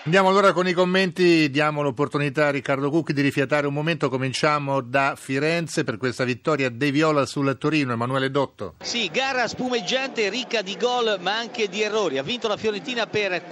Andiamo allora con i commenti, diamo l'opportunità a Riccardo Cucchi di rifiatare un momento. Cominciamo da Firenze per questa vittoria dei Viola sul Torino. Emanuele Dotto. Sì, gara spumeggiante, ricca di gol ma anche di errori. Ha vinto la Fiorentina per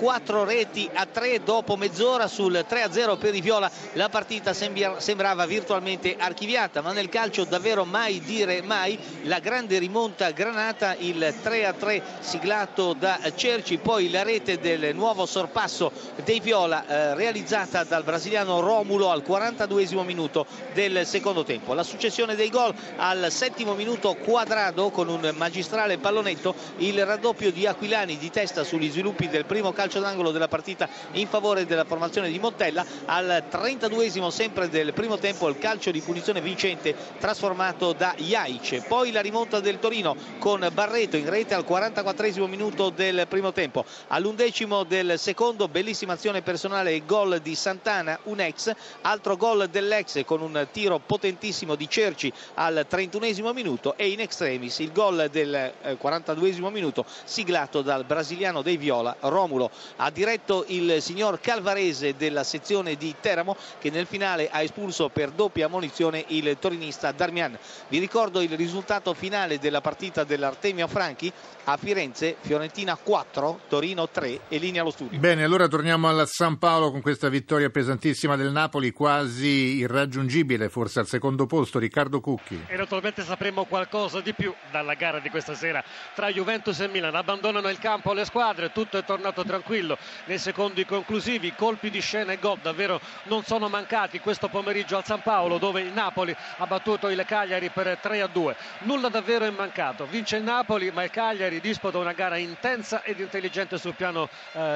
4-3 dopo mezz'ora. Sul 3-0 per i Viola la partita sembrava virtualmente archiviata, ma nel calcio davvero mai dire mai. La grande rimonta granata, il 3-3 siglato da Cerci, poi la rete del nuovo sorpasso dei Viola realizzata dal brasiliano Romulo al 42esimo minuto del secondo tempo. La successione dei gol al 7° minuto, Quadrado con un magistrale pallonetto, il raddoppio di Aquilani di testa sugli sviluppi del primo calcio d'angolo della partita in favore della formazione di Montella. Al 32esimo sempre del primo tempo il calcio di punizione vincente trasformato da Jaic. Poi la rimonta del Torino con Barreto in rete al 44esimo minuto del primo tempo. All'11° del secondo, bellissima azione personale e gol di Santana, un ex, altro gol dell'ex con un tiro potentissimo di Cerci al 31esimo minuto, e in extremis il gol del 42esimo minuto siglato dal brasiliano dei Viola, Romulo. Ha diretto il signor Calvarese della sezione di Teramo, che nel finale ha espulso per doppia ammonizione il torinista Darmian. Vi ricordo il risultato finale della partita dell'Artemio Franchi: a Firenze Fiorentina 4, Torino 3, e linea allo studio. Bene, allora torniamo alla San Paolo con questa vittoria pesantissima del Napoli, quasi irraggiungibile, forse al secondo posto. Riccardo Cucchi. E naturalmente sapremo qualcosa di più dalla gara di questa sera tra Juventus e Milan. Abbandonano il campo le squadre, tutto è tornato tranquillo nei secondi conclusivi. Colpi di scena e gol davvero non sono mancati questo pomeriggio al San Paolo, dove il Napoli ha battuto il Cagliari per 3-2. Nulla davvero è mancato, vince il Napoli, ma il Cagliari disputa una gara intensa ed intelligente sul piano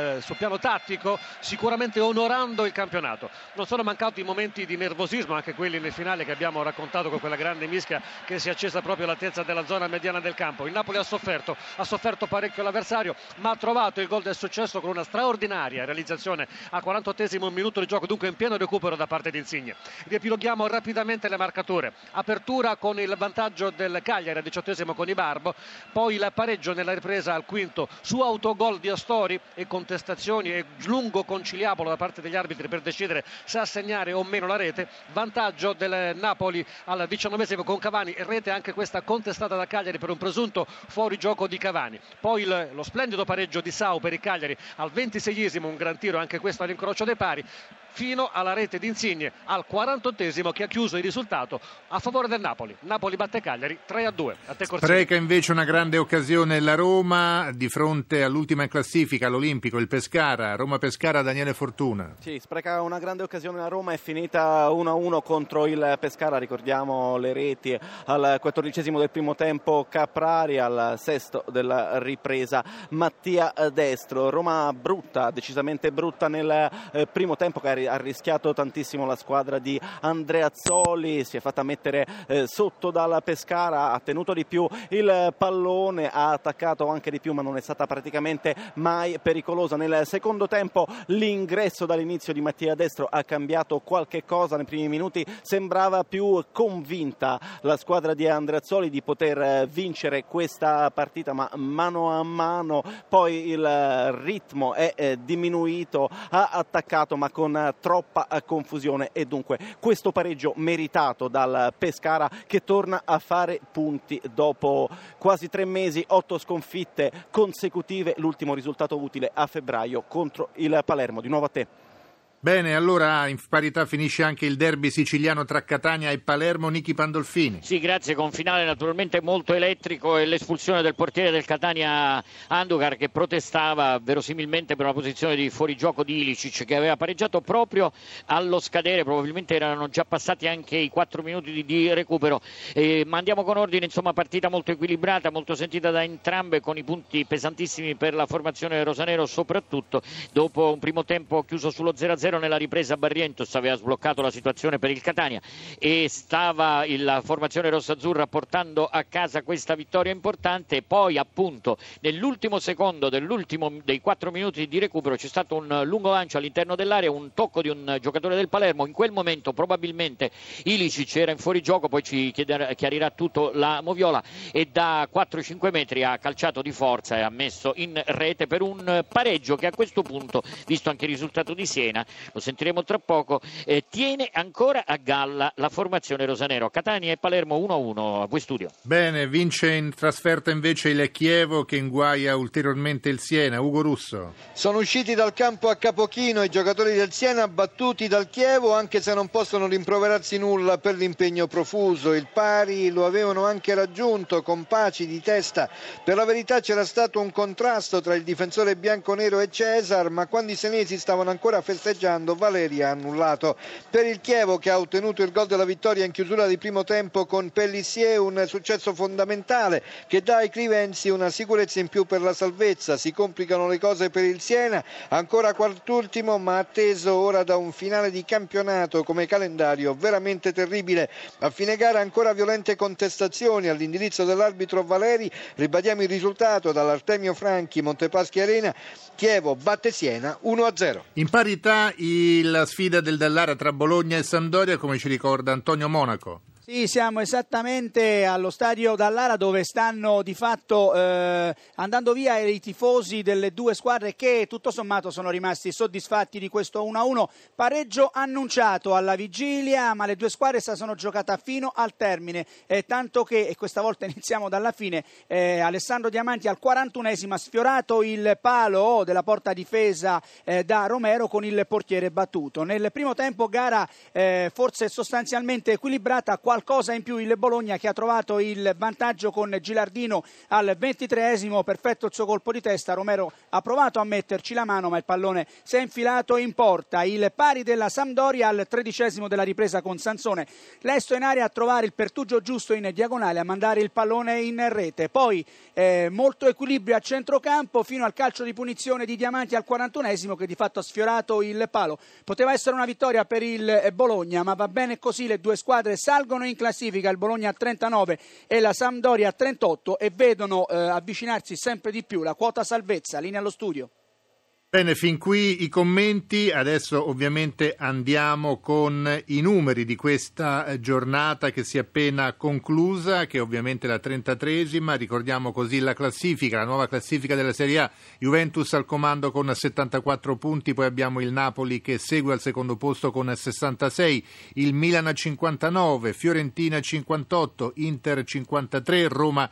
tattico, sicuramente onorando il campionato. Non sono mancati i momenti di nervosismo, anche quelli nel finale che abbiamo raccontato, con quella grande mischia che si è accesa proprio all'altezza della zona mediana del campo. Il Napoli ha sofferto parecchio l'avversario, ma ha trovato il gol del successo con una straordinaria realizzazione a 48esimo minuto di gioco, dunque in pieno recupero da parte di Insigne. Riepiloghiamo rapidamente le marcature. Apertura con il vantaggio del Cagliari al 18esimo con Ibarbo, poi il pareggio nella ripresa al quinto su autogol di Astori e contestazioni e lungo conciliabolo da parte degli arbitri per decidere se assegnare o meno la rete. Vantaggio del Napoli al 19esimo con Cavani, rete anche questa contestata da Cagliari per un presunto fuorigioco di Cavani. Poi lo splendido pareggio di Sau per il Cagliari al 26esimo, un gran tiro anche questo all'incrocio dei pari, fino alla rete di Insigne al 48esimo, che ha chiuso il risultato a favore del Napoli. Napoli batte Cagliari 3-2. A te, Corsini. Spreca invece una grande occasione la Roma di fronte all'ultima in classifica, all'Olimpico, il Pescara. Roma-Pescara, Daniele Fortuna. Sì, spreca una grande occasione la Roma, è finita 1-1 contro il Pescara. Ricordiamo le reti al 14esimo del primo tempo Caprari, al 6° della ripresa Mattia Destro. Roma brutta, decisamente brutta nel primo tempo, che ha rischiato tantissimo la squadra di Andreazzoli, si è fatta mettere sotto dal Pescara, ha tenuto di più il pallone, ha attaccato anche di più, ma non è stata praticamente mai pericolosa. Nel secondo tempo l'ingresso dall'inizio di Mattia Destro ha cambiato qualche cosa. Nei primi minuti sembrava più convinta la squadra di Andreazzoli di poter vincere questa partita, ma mano a mano poi il ritmo è diminuito, ha attaccato ma con troppa confusione, e dunque questo pareggio meritato dal Pescara, che torna a fare punti dopo quasi 3 mesi, 8 sconfitte consecutive, l'ultimo risultato utile a febbraio contro il Palermo. Di nuovo a te. Bene, allora in parità finisce anche il derby siciliano tra Catania e Palermo. Nichi Pandolfini. Sì, grazie, con finale naturalmente molto elettrico e l'espulsione del portiere del Catania Andujar, che protestava verosimilmente per una posizione di fuorigioco di Ilicic, che aveva pareggiato proprio allo scadere. Probabilmente erano già passati anche i 4 minuti di recupero, ma andiamo con ordine. Insomma, partita molto equilibrata, molto sentita da entrambe, con i punti pesantissimi per la formazione rosanero, soprattutto dopo un primo tempo chiuso sullo 0-0 1-0 nella ripresa. Barrientos aveva sbloccato la situazione per il Catania e stava la formazione rossazzurra portando a casa questa vittoria importante. Poi appunto nell'ultimo secondo dei 4 minuti di recupero c'è stato un lungo lancio all'interno dell'area, un tocco di un giocatore del Palermo. In quel momento probabilmente Ilicic era in fuorigioco, poi ci chiarirà tutto la Moviola, e da 4-5 metri ha calciato di forza e ha messo in rete per un pareggio che a questo punto, visto anche il risultato di Siena, lo sentiremo tra poco, tiene ancora a galla la formazione rosanero. Catania e Palermo 1-1. A voi studio. Bene, vince in trasferta invece il Chievo, che inguaia ulteriormente il Siena. Ugo Russo. Sono usciti dal campo a Capochino i giocatori del Siena, battuti dal Chievo, anche se non possono rimproverarsi nulla per l'impegno profuso. Il pari lo avevano anche raggiunto con Paci di testa. Per la verità c'era stato un contrasto tra il difensore bianconero e Cesar, ma quando i senesi stavano ancora festeggiando, Valeri ha annullato. Per il Chievo, che ha ottenuto il gol della vittoria in chiusura di primo tempo con Pellissier, un successo fondamentale che dà ai Crivensi una sicurezza in più per la salvezza. Si complicano le cose per il Siena, ancora quart'ultimo, ma atteso ora da un finale di campionato come calendario veramente terribile. A fine gara ancora violente contestazioni all'indirizzo dell'arbitro Valeri. Ribadiamo il risultato dall'Artemio Franchi, Montepaschi Arena. Chievo batte Siena 1-0. In parità la sfida del Dallara tra Bologna e Sampdoria, come ci ricorda Antonio Monaco. Sì, siamo esattamente allo stadio Dallara, dove stanno di fatto andando via i tifosi delle due squadre, che tutto sommato sono rimasti soddisfatti di questo 1-1, pareggio annunciato alla vigilia, ma le due squadre si sono giocate fino al termine, tanto che, e questa volta iniziamo dalla fine, Alessandro Diamanti al 41esimo ha sfiorato il palo della porta difesa da Romero con il portiere battuto. Nel primo tempo gara forse sostanzialmente equilibrata, qualcosa in più il Bologna, che ha trovato il vantaggio con Gilardino al 23esimo, perfetto il suo colpo di testa. Romero ha provato a metterci la mano, ma il pallone si è infilato in porta. Il pari della Sampdoria al 13esimo della ripresa con Sansone, lesto in area a trovare il pertugio giusto in diagonale, a mandare il pallone in rete. Poi molto equilibrio a centrocampo fino al calcio di punizione di Diamanti al 41esimo, che di fatto ha sfiorato il palo. Poteva essere una vittoria per il Bologna, ma va bene così. Le due squadre salgono in classifica, il Bologna a 39 e la Sampdoria a 38, e vedono avvicinarsi sempre di più la quota salvezza. Linea allo studio. Bene, fin qui i commenti. Adesso ovviamente andiamo con i numeri di questa giornata che si è appena conclusa, che è ovviamente la 33esima. Ricordiamo così la classifica, la nuova classifica della Serie A. Juventus al comando con 74 punti, poi abbiamo il Napoli che segue al secondo posto con 66, il Milan a 59, Fiorentina 58, Inter 53, Roma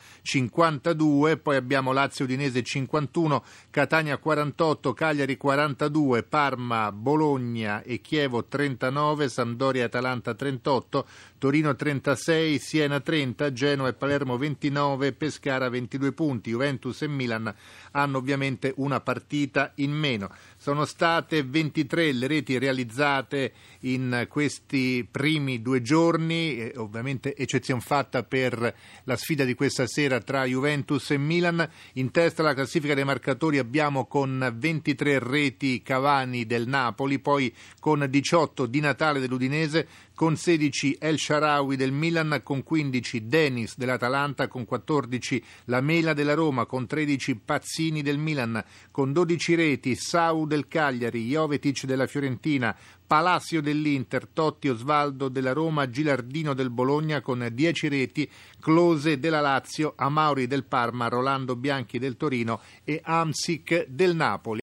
52, poi abbiamo Lazio Udinese 51, Catania 48, Cagliari 42, Parma, Bologna e Chievo 39, Sampdoria e Atalanta 38, Torino 36, Siena 30, Genoa e Palermo 29, Pescara 22 punti. Juventus e Milan hanno ovviamente una partita in meno. Sono state 23 le reti realizzate in questi primi 2 giorni, ovviamente eccezione fatta per la sfida di questa sera tra Juventus e Milan. In testa alla classifica dei marcatori abbiamo con 23 reti Cavani del Napoli, poi con 18 Di Natale dell'Udinese, con 16 El Shaarawy del Milan, con 15 Denis dell'Atalanta, con 14 Lamela della Roma, con 13 Pazzini del Milan, con 12 reti Sau del Cagliari, Jovetic della Fiorentina, Palacio dell'Inter, Totti Osvaldo della Roma, Gilardino del Bologna con 10 reti, Klose della Lazio, Amauri del Parma, Rolando Bianchi del Torino e Hamsik del Napoli.